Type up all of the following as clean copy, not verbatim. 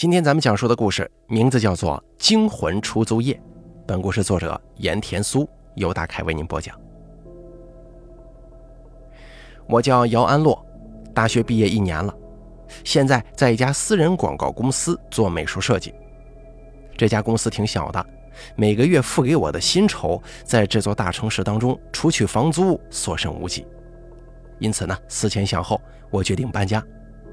今天咱们讲述的故事名字叫做《惊魂出租夜》，本故事作者盐田苏，由大凯为您播讲。我叫姚安洛，大学毕业1年了，现在在一家私人广告公司做美术设计。这家公司挺小的，每个月付给我的薪酬在这座大城市当中除去房租所剩无几，因此呢，思前想后，我决定搬家。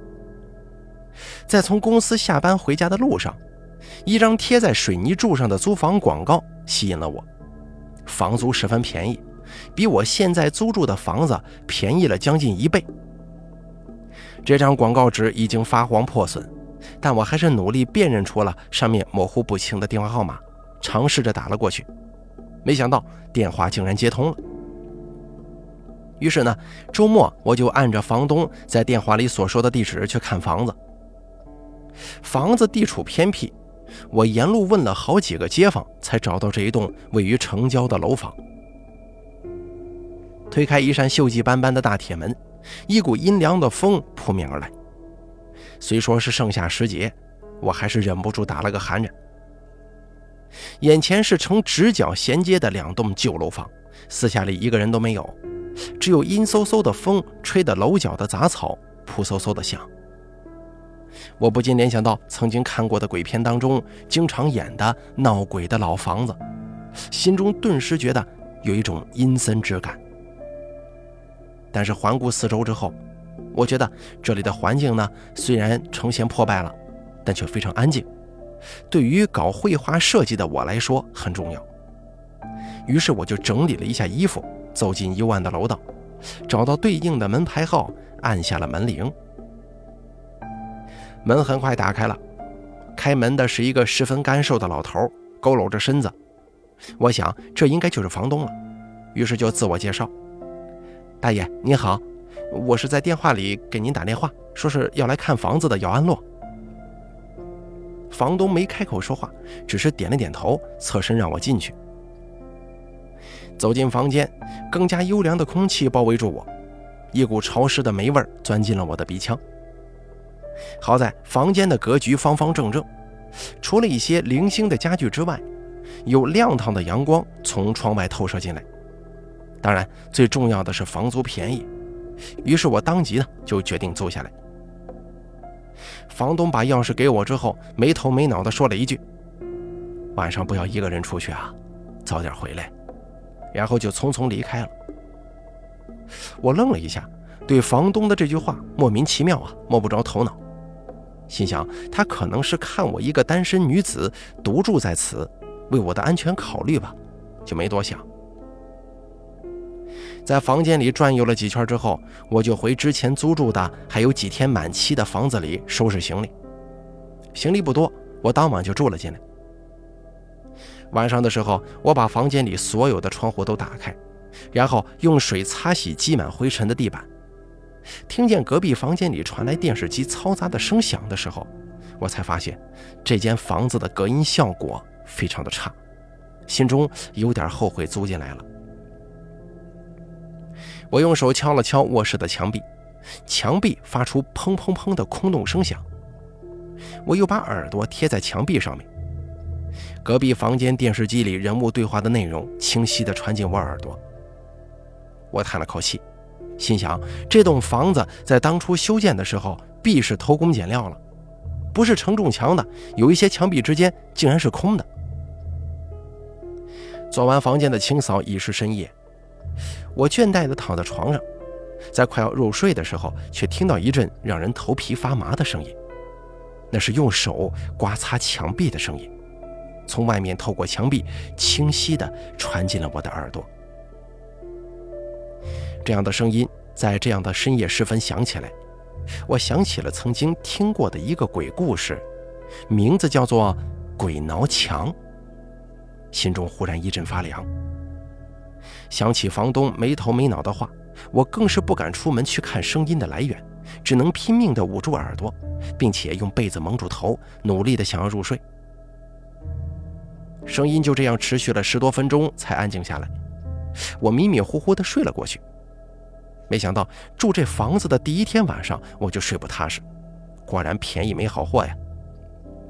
在从公司下班回家的路上，一张贴在水泥柱上的租房广告吸引了我。房租十分便宜，比我现在租住的房子便宜了将近1倍。这张广告纸已经发黄破损，但我还是努力辨认出了上面模糊不清的电话号码，尝试着打了过去。没想到电话竟然接通了。于是呢，周末我就按着房东在电话里所说的地址去看房子。房子地处偏僻，我沿路问了好几个街坊才找到这一栋位于城郊的楼房。推开一扇锈迹斑斑的大铁门，一股阴凉的风扑面而来。虽说是盛夏时节，我还是忍不住打了个寒颤。眼前是呈直角衔接的2栋旧楼房，四下里一个人都没有，只有阴嗖嗖的风吹得楼角的杂草扑嗖嗖的响。我不禁联想到曾经看过的鬼片当中经常演的闹鬼的老房子，心中顿时觉得有一种阴森之感。但是环顾四周之后，我觉得这里的环境呢，虽然呈现破败了，但却非常安静，对于搞绘画设计的我来说很重要。于是我就整理了一下衣服，走进幽暗的楼道，找到对应的门牌号，按下了门铃。门很快打开了，开门的是一个十分干瘦的老头，佝偻着身子。我想这应该就是房东了，于是就自我介绍：大爷您好，我是在电话里给您打电话，说是要来看房子的姚安洛。房东没开口说话，只是点了点头，侧身让我进去。走进房间，更加幽凉的空气包围住我，一股潮湿的霉味钻进了我的鼻腔。好在房间的格局方方正正，除了一些零星的家具之外，有亮堂的阳光从窗外透射进来。当然最重要的是房租便宜，于是我当即呢就决定租下来。房东把钥匙给我之后，没头没脑地说了一句：晚上不要一个人出去啊，早点回来。然后就匆匆离开了。我愣了一下，对房东的这句话莫名其妙啊，摸不着头脑。心想他可能是看我一个单身女子独住在此，为我的安全考虑吧，就没多想。在房间里转悠了几圈之后，我就回之前租住的还有几天满期的房子里收拾行李。行李不多，我当晚就住了进来。晚上的时候，我把房间里所有的窗户都打开，然后用水擦洗积满灰尘的地板。听见隔壁房间里传来电视机嘈杂的声响的时候，我才发现这间房子的隔音效果非常的差，心中有点后悔租进来了。我用手敲了敲卧室的墙壁，墙壁发出砰砰砰的空洞声响。我又把耳朵贴在墙壁上面，隔壁房间电视机里人物对话的内容清晰地传进我耳朵。我叹了口气，心想这栋房子在当初修建的时候必是偷工减料了，不是承重墙的，有一些墙壁之间竟然是空的。做完房间的清扫已是深夜，我倦怠地躺在床上，在快要入睡的时候，却听到一阵让人头皮发麻的声音，那是用手刮擦墙壁的声音，从外面透过墙壁清晰地传进了我的耳朵。这样的声音在这样的深夜时分响起来，我想起了曾经听过的一个鬼故事，名字叫做鬼挠墙，心中忽然一阵发凉。想起房东没头没脑的话，我更是不敢出门去看声音的来源，只能拼命地捂住耳朵，并且用被子蒙住头，努力地想要入睡。声音就这样持续了10多分钟才安静下来，我迷迷糊糊地睡了过去。没想到住这房子的第1天晚上我就睡不踏实，果然便宜没好货呀。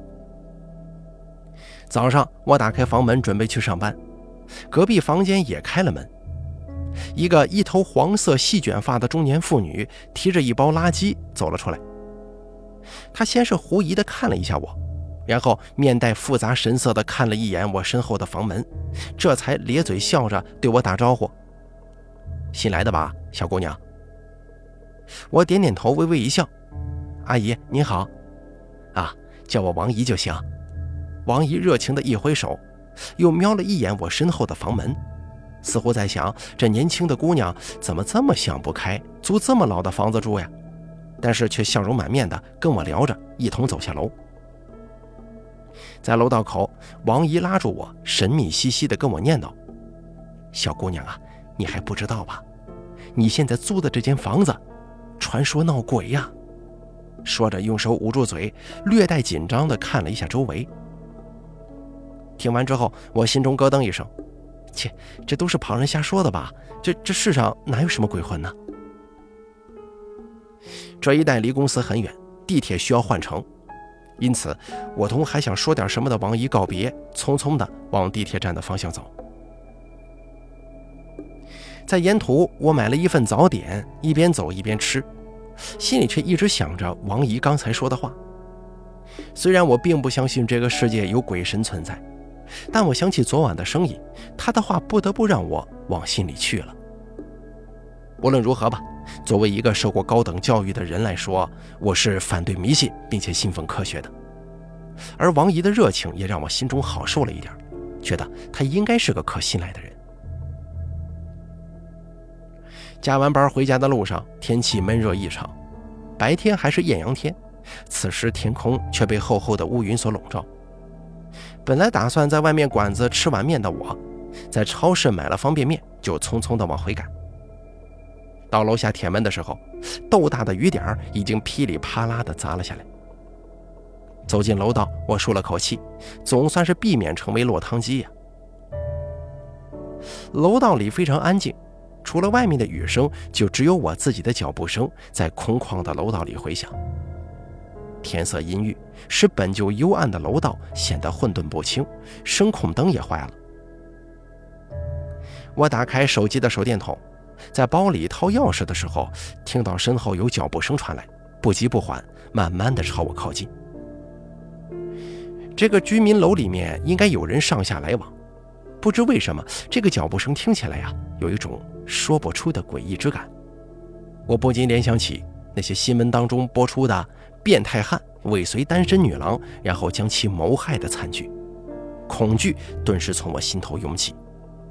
早上我打开房门准备去上班，隔壁房间也开了门，一个一头黄色细卷发的中年妇女提着一包垃圾走了出来。她先是狐疑地看了一下我，然后面带复杂神色地看了一眼我身后的房门，这才咧嘴笑着对我打招呼：“新来的吧，小姑娘？”我点点头，微微一笑：“阿姨您好。”“啊，叫我王姨就行。”王姨热情地一挥手，又瞄了一眼我身后的房门，似乎在想这年轻的姑娘怎么这么想不开，租这么老的房子住呀，但是却笑容满面地跟我聊着，一同走下楼。在楼道口，王姨拉住我，神秘兮兮地跟我念叨：“小姑娘啊，你还不知道吧？你现在租的这间房子，传说闹鬼呀！”说着用手捂住嘴，略带紧张地看了一下周围。听完之后，我心中咯噔一声，切，这都是旁人瞎说的吧？这世上哪有什么鬼魂呢？这一带离公司很远，地铁需要换乘，因此我同还想说点什么的王姨告别，匆匆地往地铁站的方向走。在沿途，我买了一份早点，一边走一边吃，心里却一直想着王姨刚才说的话。虽然我并不相信这个世界有鬼神存在，但我想起昨晚的声音，他的话不得不让我往心里去了。无论如何吧，作为一个受过高等教育的人来说，我是反对迷信并且信奉科学的。而王姨的热情也让我心中好受了一点，觉得她应该是个可信赖的人。加完班回家的路上，天气闷热异常，白天还是艳阳天，此时天空却被厚厚的乌云所笼罩。本来打算在外面馆子吃碗面的我，在超市买了方便面，就匆匆地往回赶。到楼下铁门的时候，豆大的雨点已经噼里啪啦地砸了下来。走进楼道，我舒了口气，总算是避免成为落汤鸡呀。楼道里非常安静，除了外面的雨声，就只有我自己的脚步声在空旷的楼道里回响。天色阴郁，使本就幽暗的楼道显得混沌不清，声控灯也坏了。我打开手机的手电筒，在包里掏钥匙的时候，听到身后有脚步声传来，不急不缓，慢慢地朝我靠近。这个居民楼里面应该有人上下来往，不知为什么这个脚步声听起来呀，有一种说不出的诡异之感。我不禁联想起那些新闻当中播出的变态汉尾随单身女郎，然后将其谋害的惨剧，恐惧顿时从我心头涌起。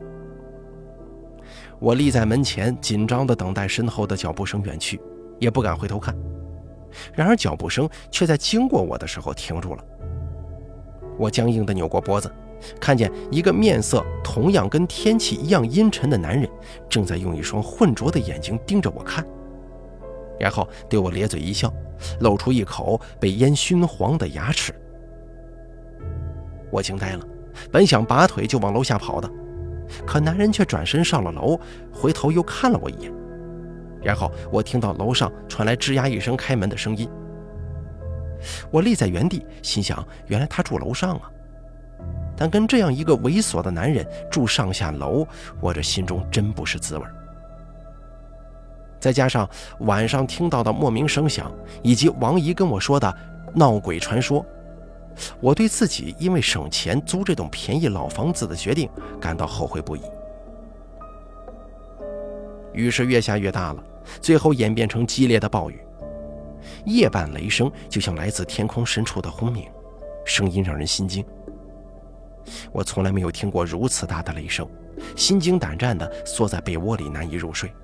我立在门前，紧张地等待身后的脚步声远去，也不敢回头看。然而脚步声却在经过我的时候停住了。我僵硬地扭过脖子，看见一个面色同样跟天气一样阴沉的男人，正在用一双浑浊的眼睛盯着我看，然后对我咧嘴一笑，露出一口被烟熏黄的牙齿。我惊呆了，本想拔腿就往楼下跑的，可男人却转身上了楼，回头又看了我一眼，然后我听到楼上传来吱呀一声开门的声音。我立在原地，心想原来他住楼上啊，但跟这样一个猥琐的男人住上下楼，我这心中真不是滋味。再加上晚上听到的莫名声响，以及王姨跟我说的闹鬼传说，我对自己因为省钱租这栋便宜老房子的决定感到后悔不已。雨是越下越大了，最后演变成激烈的暴雨。夜半雷声就像来自天空深处的轰鸣，声音让人心惊。我从来没有听过如此大的雷声，心惊胆战地缩在被窝里难以入睡。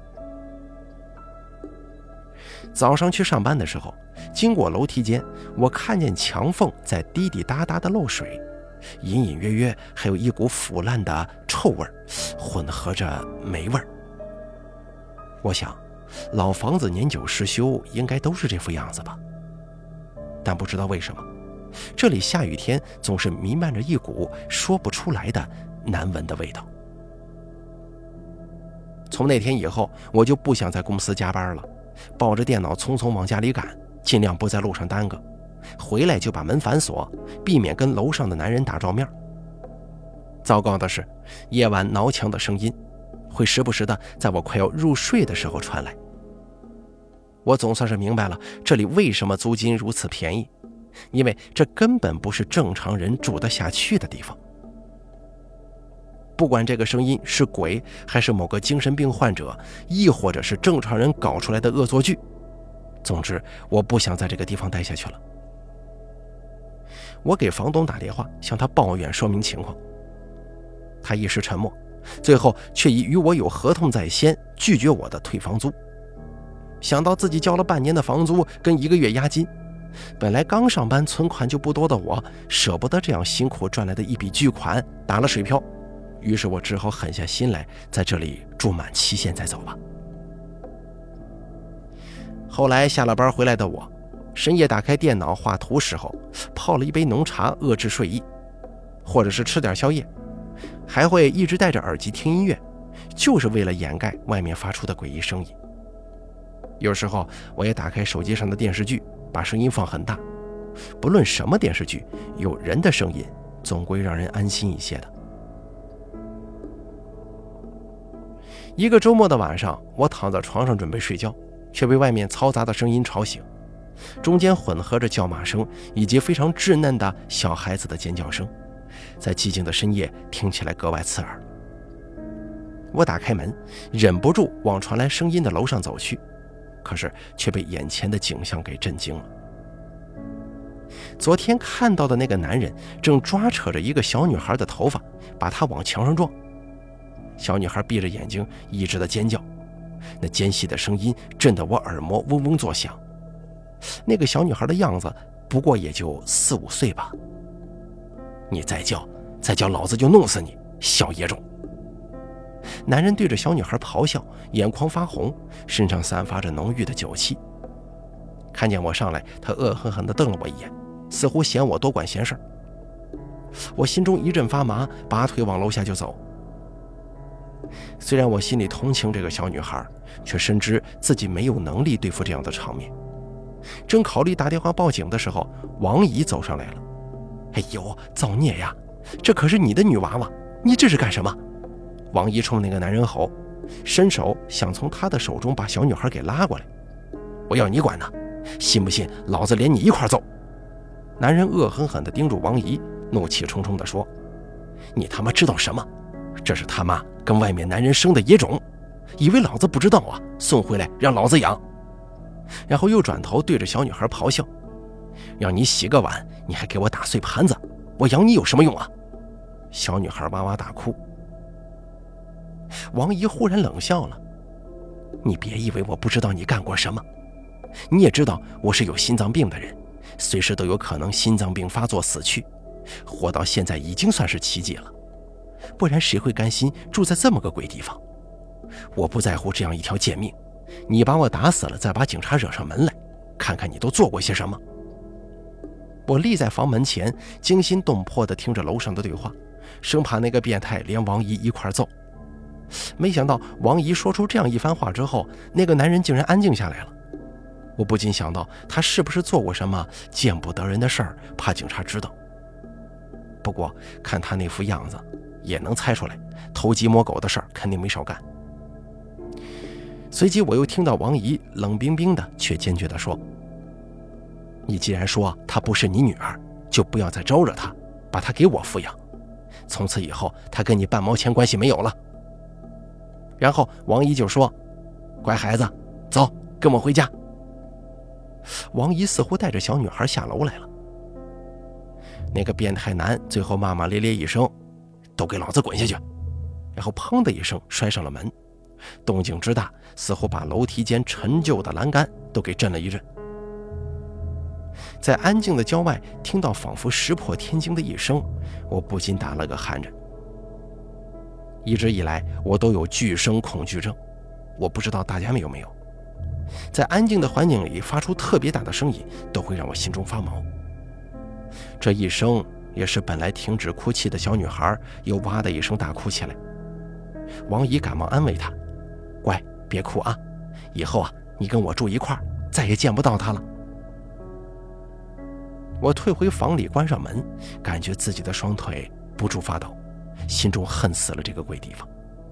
早上去上班的时候，经过楼梯间，我看见墙缝在滴滴答答的漏水，隐隐约约还有一股腐烂的臭味，混合着霉味。我想老房子年久失修，应该都是这副样子吧。但不知道为什么，这里下雨天总是弥漫着一股说不出来的难闻的味道。从那天以后，我就不想在公司加班了，抱着电脑匆匆往家里赶，尽量不在路上耽搁，回来就把门反锁，避免跟楼上的男人打照面， 糟糕的是，夜晚挠墙的声音会时不时的在我快要入睡的时候传来。我总算是明白了这里为什么租金如此便宜，因为这根本不是正常人住得下去的地方。不管这个声音是鬼，还是某个精神病患者，亦或者是正常人搞出来的恶作剧，总之我不想在这个地方待下去了。我给房东打电话，向他抱怨说明情况。他一时沉默，最后却以与我有合同在先拒绝我的退房租。想到自己交了半年的房租跟1个月押金，本来刚上班存款就不多的我，舍不得这样辛苦赚来的一笔巨款打了水漂，于是我只好狠下心来，在这里住满期限再走吧。后来下了班回来的我，深夜打开电脑画图时候，泡了一杯浓茶遏制睡意，或者是吃点宵夜，还会一直戴着耳机听音乐，就是为了掩盖外面发出的诡异声音。有时候我也打开手机上的电视剧，把声音放很大，不论什么电视剧，有人的声音总归让人安心一些的。一个周末的晚上，我躺在床上准备睡觉，却被外面嘈杂的声音吵醒，中间混合着叫骂声以及非常稚嫩的小孩子的尖叫声，在寂静的深夜听起来格外刺耳。我打开门，忍不住往传来声音的楼上走去，可是却被眼前的景象给震惊了。昨天看到的那个男人正抓扯着一个小女孩的头发，把她往墙上撞。小女孩闭着眼睛一直的尖叫，那尖细的声音震得我耳膜嗡嗡作响。那个小女孩的样子不过也就4、5岁吧。你再叫老子就弄死你，小野种！男人对着小女孩咆哮，眼眶发红，身上散发着浓郁的酒气。看见我上来，他恶狠狠地瞪了我一眼，似乎嫌我多管闲事。我心中一阵发麻，拔腿往楼下就走。虽然我心里同情这个小女孩，却深知自己没有能力对付这样的场面。正考虑打电话报警的时候，王姨走上来了。哎呦，造孽呀！这可是你的女娃娃，你这是干什么？王姨冲那个男人吼，伸手想从他的手中把小女孩给拉过来。我要你管呢，信不信老子连你一块揍？男人恶狠狠地盯住王姨，怒气冲冲地说：你他妈知道什么？这是他妈跟外面男人生的野种，以为老子不知道啊？送回来让老子养。然后又转头对着小女孩咆哮：让你洗个碗，你还给我打碎盘子，我养你有什么用啊？小女孩哇哇大哭。王姨忽然冷笑了：你别以为我不知道你干过什么，你也知道我是有心脏病的人，随时都有可能心脏病发作死去，活到现在已经算是奇迹了，不然谁会甘心住在这么个鬼地方？我不在乎这样一条贱命，你把我打死了，再把警察惹上门来，看看你都做过些什么。我立在房门前，惊心动魄地听着楼上的对话，生怕那个变态连王姨一块揍。没想到王姨说出这样一番话之后，那个男人竟然安静下来了。我不禁想到，他是不是做过什么见不得人的事儿，怕警察知道。不过看他那副样子，也能猜出来，偷鸡摸狗的事儿肯定没少干。随即我又听到王姨冷冰冰的却坚决地说：你既然说她不是你女儿，就不要再招惹她，把她给我抚养，从此以后她跟你半毛钱关系没有了。然后王姨就说：乖孩子，走，跟我回家。王姨似乎带着小女孩下楼来了。那个变态男最后骂骂咧咧一声：都给老子滚下去！然后砰的一声摔上了门，动静之大，似乎把楼梯间陈旧的栏杆都给震了一震。在安静的郊外听到仿佛石破天惊的一声，我不禁打了个寒颤。一直以来我都有巨声恐惧症，我不知道大家有没有。在安静的环境里发出特别大的声音，都会让我心中发毛。这一声也是本来停止哭泣的小女孩又哇的一声大哭起来。王姨赶忙安慰她：乖，别哭啊，以后啊你跟我住一块儿，再也见不到她了。我退回房里，关上门，感觉自己的双腿不住发抖， 心中恨死了这个鬼地方。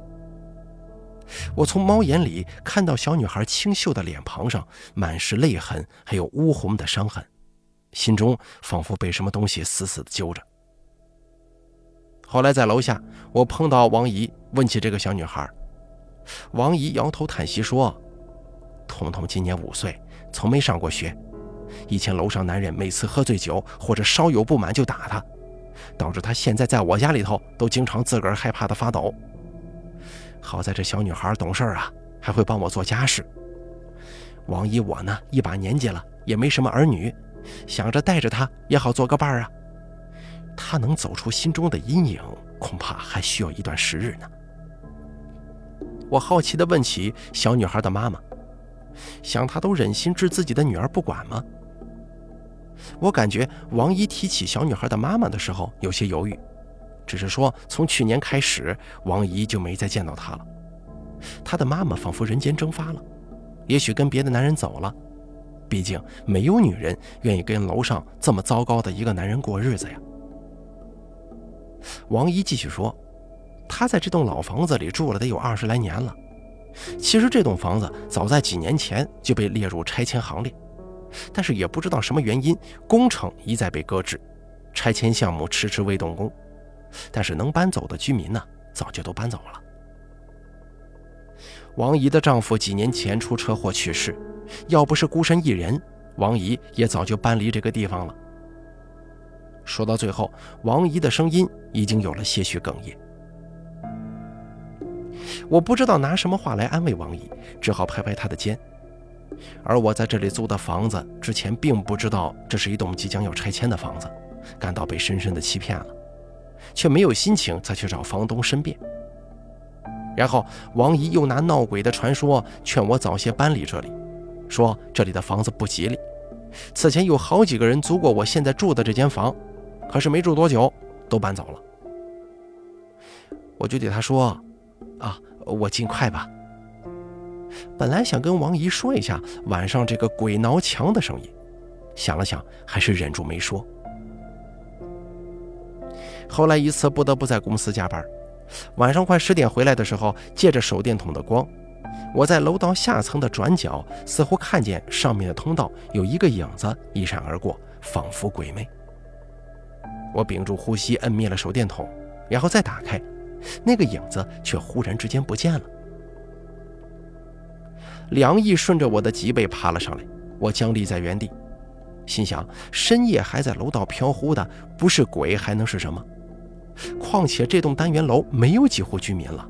我从猫眼里看到小女孩清秀的脸庞上满是泪痕，还有乌红的伤痕，心中仿佛被什么东西死死地揪着。后来在楼下，我碰到王姨，问起这个小女孩。王姨摇头叹息说，彤彤今年5岁，从没上过学，以前楼上男人每次喝醉酒或者稍有不满就打她，导致她现在在我家里头都经常自个儿害怕的发抖。好在这小女孩懂事啊，还会帮我做家事。王姨我呢，一把年纪了，也没什么儿女，想着带着她也好做个伴啊。她能走出心中的阴影，恐怕还需要一段时日呢。我好奇地问起小女孩的妈妈，想她都忍心置自己的女儿不管吗？我感觉王姨提起小女孩的妈妈的时候有些犹豫，只是说从去年开始，王姨就没再见到她了。她的妈妈仿佛人间蒸发了，也许跟别的男人走了，毕竟没有女人愿意跟楼上这么糟糕的一个男人过日子呀。王姨继续说，她在这栋老房子里住了得有20来年了。其实这栋房子早在几年前就被列入拆迁行列，但是也不知道什么原因，工程一再被搁置，拆迁项目迟迟未动工。但是能搬走的居民呢，早就都搬走了。王姨的丈夫几年前出车祸去世，要不是孤身一人，王姨也早就搬离这个地方了。说到最后，王姨的声音已经有了些许哽咽。我不知道拿什么话来安慰王姨，只好拍拍她的肩。而我在这里租的房子之前并不知道这是一栋即将要拆迁的房子，感到被深深的欺骗了，却没有心情再去找房东申辩。然后王姨又拿闹鬼的传说劝我早些搬离这里，说这里的房子不吉利，此前有好几个人租过我现在住的这间房，可是没住多久都搬走了。我就对她说，我尽快吧。本来想跟王姨说一下晚上这个鬼挠墙的声音，想了想还是忍住没说。后来一次不得不在公司加班，晚上快10点回来的时候，借着手电筒的光，我在楼道下层的转角似乎看见上面的通道有一个影子一闪而过，仿佛鬼魅。我屏住呼吸，摁灭了手电筒，然后再打开，那个影子却忽然之间不见了。凉意顺着我的脊背爬了上来，我僵立在原地，心想深夜还在楼道飘忽的，不是鬼还能是什么？况且这栋单元楼没有几户居民了。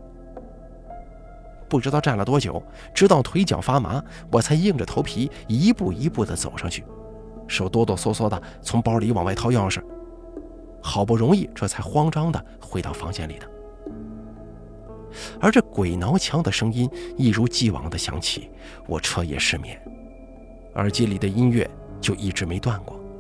不知道站了多久，直到腿脚发麻，我才硬着头皮一步一步地走上去，手哆哆嗦嗦地从包里往外掏钥匙，好不容易这才慌张地回到房间里的。而这鬼挠墙的声音一如既往地响起，我彻夜失眠，耳机里的音乐就一直没断过。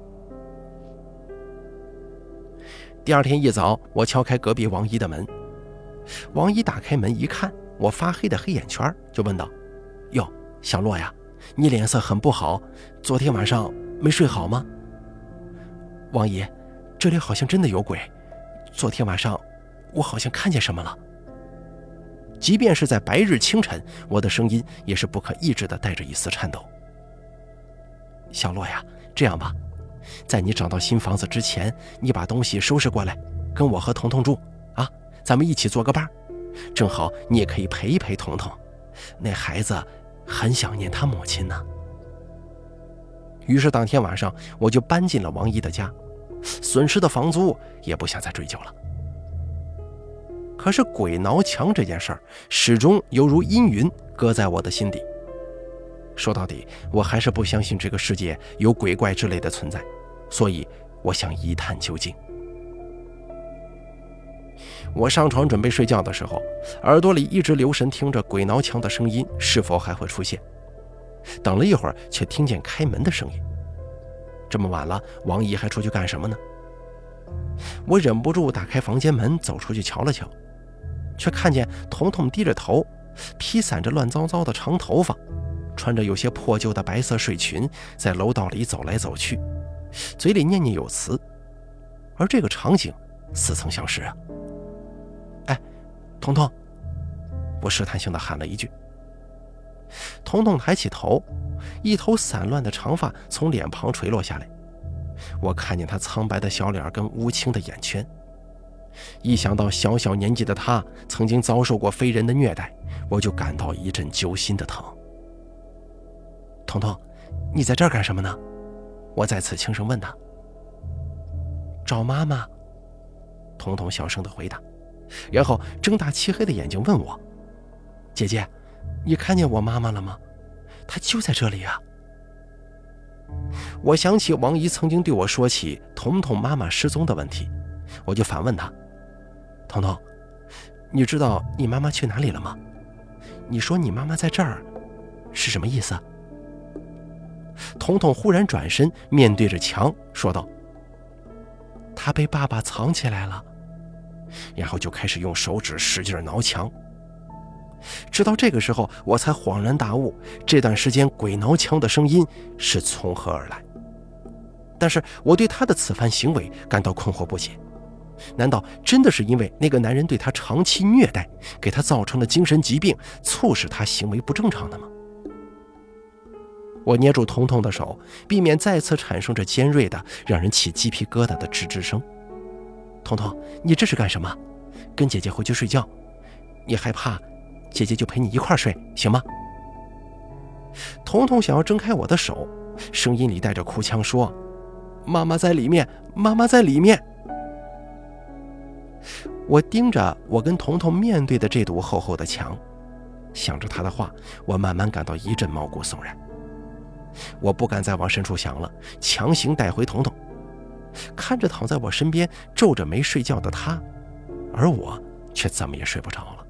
第二天一早，我敲开隔壁王姨的门，王姨打开门一看我发黑的黑眼圈，就问道：哟，小洛呀，你脸色很不好，昨天晚上没睡好吗？王姨，这里好像真的有鬼，昨天晚上我好像看见什么了。即便是在白日清晨，我的声音也是不可抑制地带着一丝颤抖。小洛呀，这样吧，在你找到新房子之前，你把东西收拾过来，跟我和彤彤住啊，咱们一起做个伴，正好你也可以陪一陪彤彤，那孩子很想念他母亲呢。于是当天晚上我就搬进了王姨的家，损失的房租也不想再追究了。可是鬼挠墙这件事儿始终犹如阴云搁在我的心底。说到底，我还是不相信这个世界有鬼怪之类的存在，所以我想一探究竟。我上床准备睡觉的时候，耳朵里一直留神听着鬼挠墙的声音是否还会出现。等了一会儿，却听见开门的声音。这么晚了，王姨还出去干什么呢？我忍不住打开房间门，走出去瞧了瞧，却看见彤彤低着头，披散着乱糟糟的长头发，穿着有些破旧的白色睡裙，在楼道里走来走去，嘴里念念有词。而这个场景似曾相识啊！哎，彤彤，我试探性地喊了一句。彤彤抬起头，一头散乱的长发从脸庞垂落下来，我看见她苍白的小脸跟乌青的眼圈。一想到小小年纪的她曾经遭受过非人的虐待，我就感到一阵揪心的疼。彤彤，你在这儿干什么呢？我再次轻声问她。找妈妈。彤彤小声地回答，然后睁大漆黑的眼睛问我：姐姐，你看见我妈妈了吗？她就在这里啊。我想起王姨曾经对我说起彤彤妈妈失踪的问题，我就反问她：彤彤，你知道你妈妈去哪里了吗？你说你妈妈在这儿是什么意思啊？彤彤忽然转身面对着墙说道：她被爸爸藏起来了。然后就开始用手指使劲挠墙。直到这个时候我才恍然大悟，这段时间鬼挠墙的声音是从何而来。但是我对他的此番行为感到困惑不解，难道真的是因为那个男人对他长期虐待，给他造成了精神疾病，促使他行为不正常的吗？我捏住彤彤的手，避免再次产生这尖锐的让人起鸡皮疙瘩的吱吱声。彤彤，你这是干什么？跟姐姐回去睡觉，你害怕姐姐就陪你一块睡，行吗？彤彤想要挣开我的手，声音里带着哭腔说：妈妈在里面，妈妈在里面。我盯着我跟彤彤面对的这堵厚厚的墙，想着她的话，我慢慢感到一阵毛骨悚然。我不敢再往深处想了，强行带回彤彤，看着躺在我身边皱着眉睡觉的她，而我却怎么也睡不着了。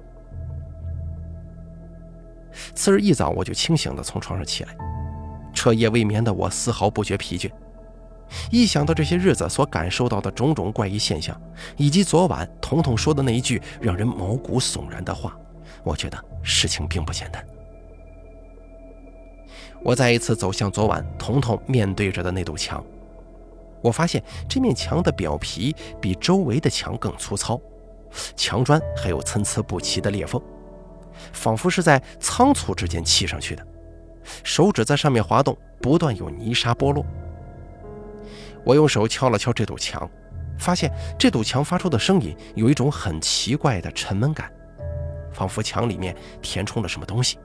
次日一早，我就清醒地从床上起来，彻夜未眠的我丝毫不觉疲倦。一想到这些日子所感受到的种种怪异现象，以及昨晚彤彤说的那一句让人毛骨悚然的话，我觉得事情并不简单。我再一次走向昨晚彤彤面对着的那堵墙，我发现这面墙的表皮比周围的墙更粗糙，墙砖还有参差不齐的裂缝，仿佛是在仓促之间砌上去的。手指在上面滑动，不断有泥沙剥落。我用手敲了敲这堵墙，发现这堵墙发出的声音有一种很奇怪的沉闷感，仿佛墙里面填充了什么东西。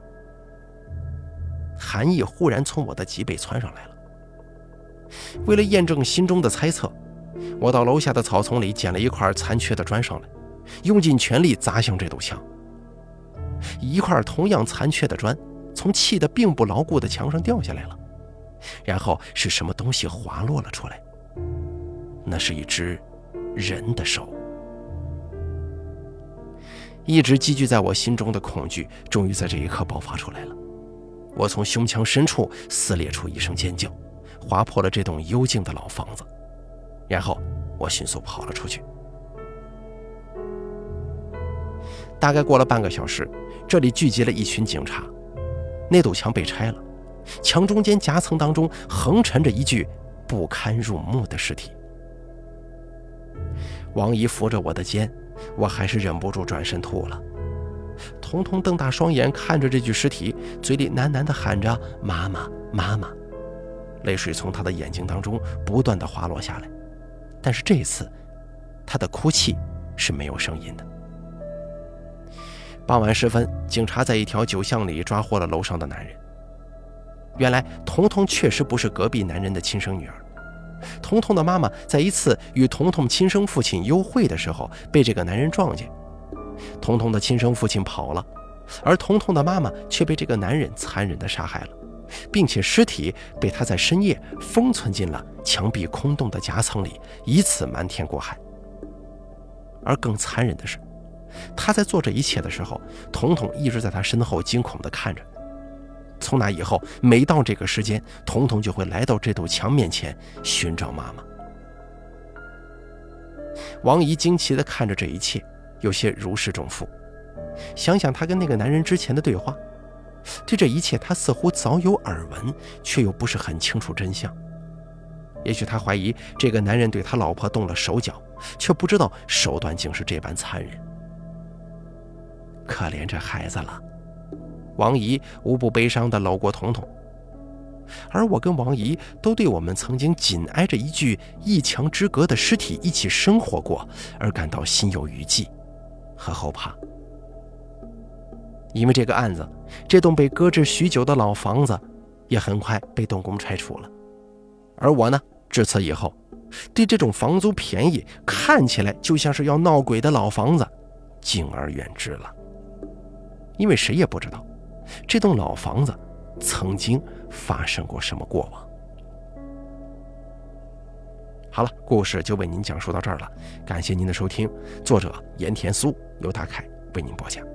寒意忽然从我的脊背窜上来了。为了验证心中的猜测，我到楼下的草丛里捡了一块残缺的砖上来，用尽全力砸向这堵墙。一块同样残缺的砖从砌得并不牢固的墙上掉下来了，然后是什么东西滑落了出来，那是一只人的手。一直积聚在我心中的恐惧终于在这一刻爆发出来了。我从胸腔深处撕裂出一声尖叫，划破了这栋幽静的老房子，然后我迅速跑了出去。大概过了半个小时，这里聚集了一群警察。那堵墙被拆了，墙中间夹层当中横陈着一具不堪入目的尸体。王姨扶着我的肩，我还是忍不住转身吐了。彤彤瞪大双眼看着这具尸体，嘴里喃喃地喊着妈妈妈妈，泪水从她的眼睛当中不断地滑落下来，但是这一次她的哭泣是没有声音的。傍晚时分，警察在一条酒巷里抓获了楼上的男人。原来彤彤确实不是隔壁男人的亲生女儿，彤彤的妈妈在一次与彤彤亲生父亲幽会的时候被这个男人撞见，彤彤的亲生父亲跑了，而彤彤的妈妈却被这个男人残忍地杀害了，并且尸体被他在深夜封存进了墙壁空洞的夹层里，以此瞒天过海。而更残忍的是，他在做这一切的时候，彤彤一直在他身后惊恐地看着。从那以后，每到这个时间，彤彤就会来到这堵墙面前寻找妈妈。王姨惊奇地看着这一切，有些如释重负。想想她跟那个男人之前的对话，对这一切她似乎早有耳闻，却又不是很清楚真相。也许她怀疑这个男人对他老婆动了手脚， 却不知道手段竟是这般残忍。可怜这孩子了，王姨无不悲伤地搂过彤彤，而我跟王姨都对我们曾经紧挨着一具一墙之隔的尸体一起生活过而感到心有余悸和后怕。因为这个案子，这栋被搁置许久的老房子也很快被动工拆除了，而我呢，自此以后对这种房租便宜、看起来就像是要闹鬼的老房子敬而远之了。因为谁也不知道这栋老房子曾经发生过什么过往。好了，故事就为您讲述到这儿了，感谢您的收听。作者盐田苏，由大凯为您播讲。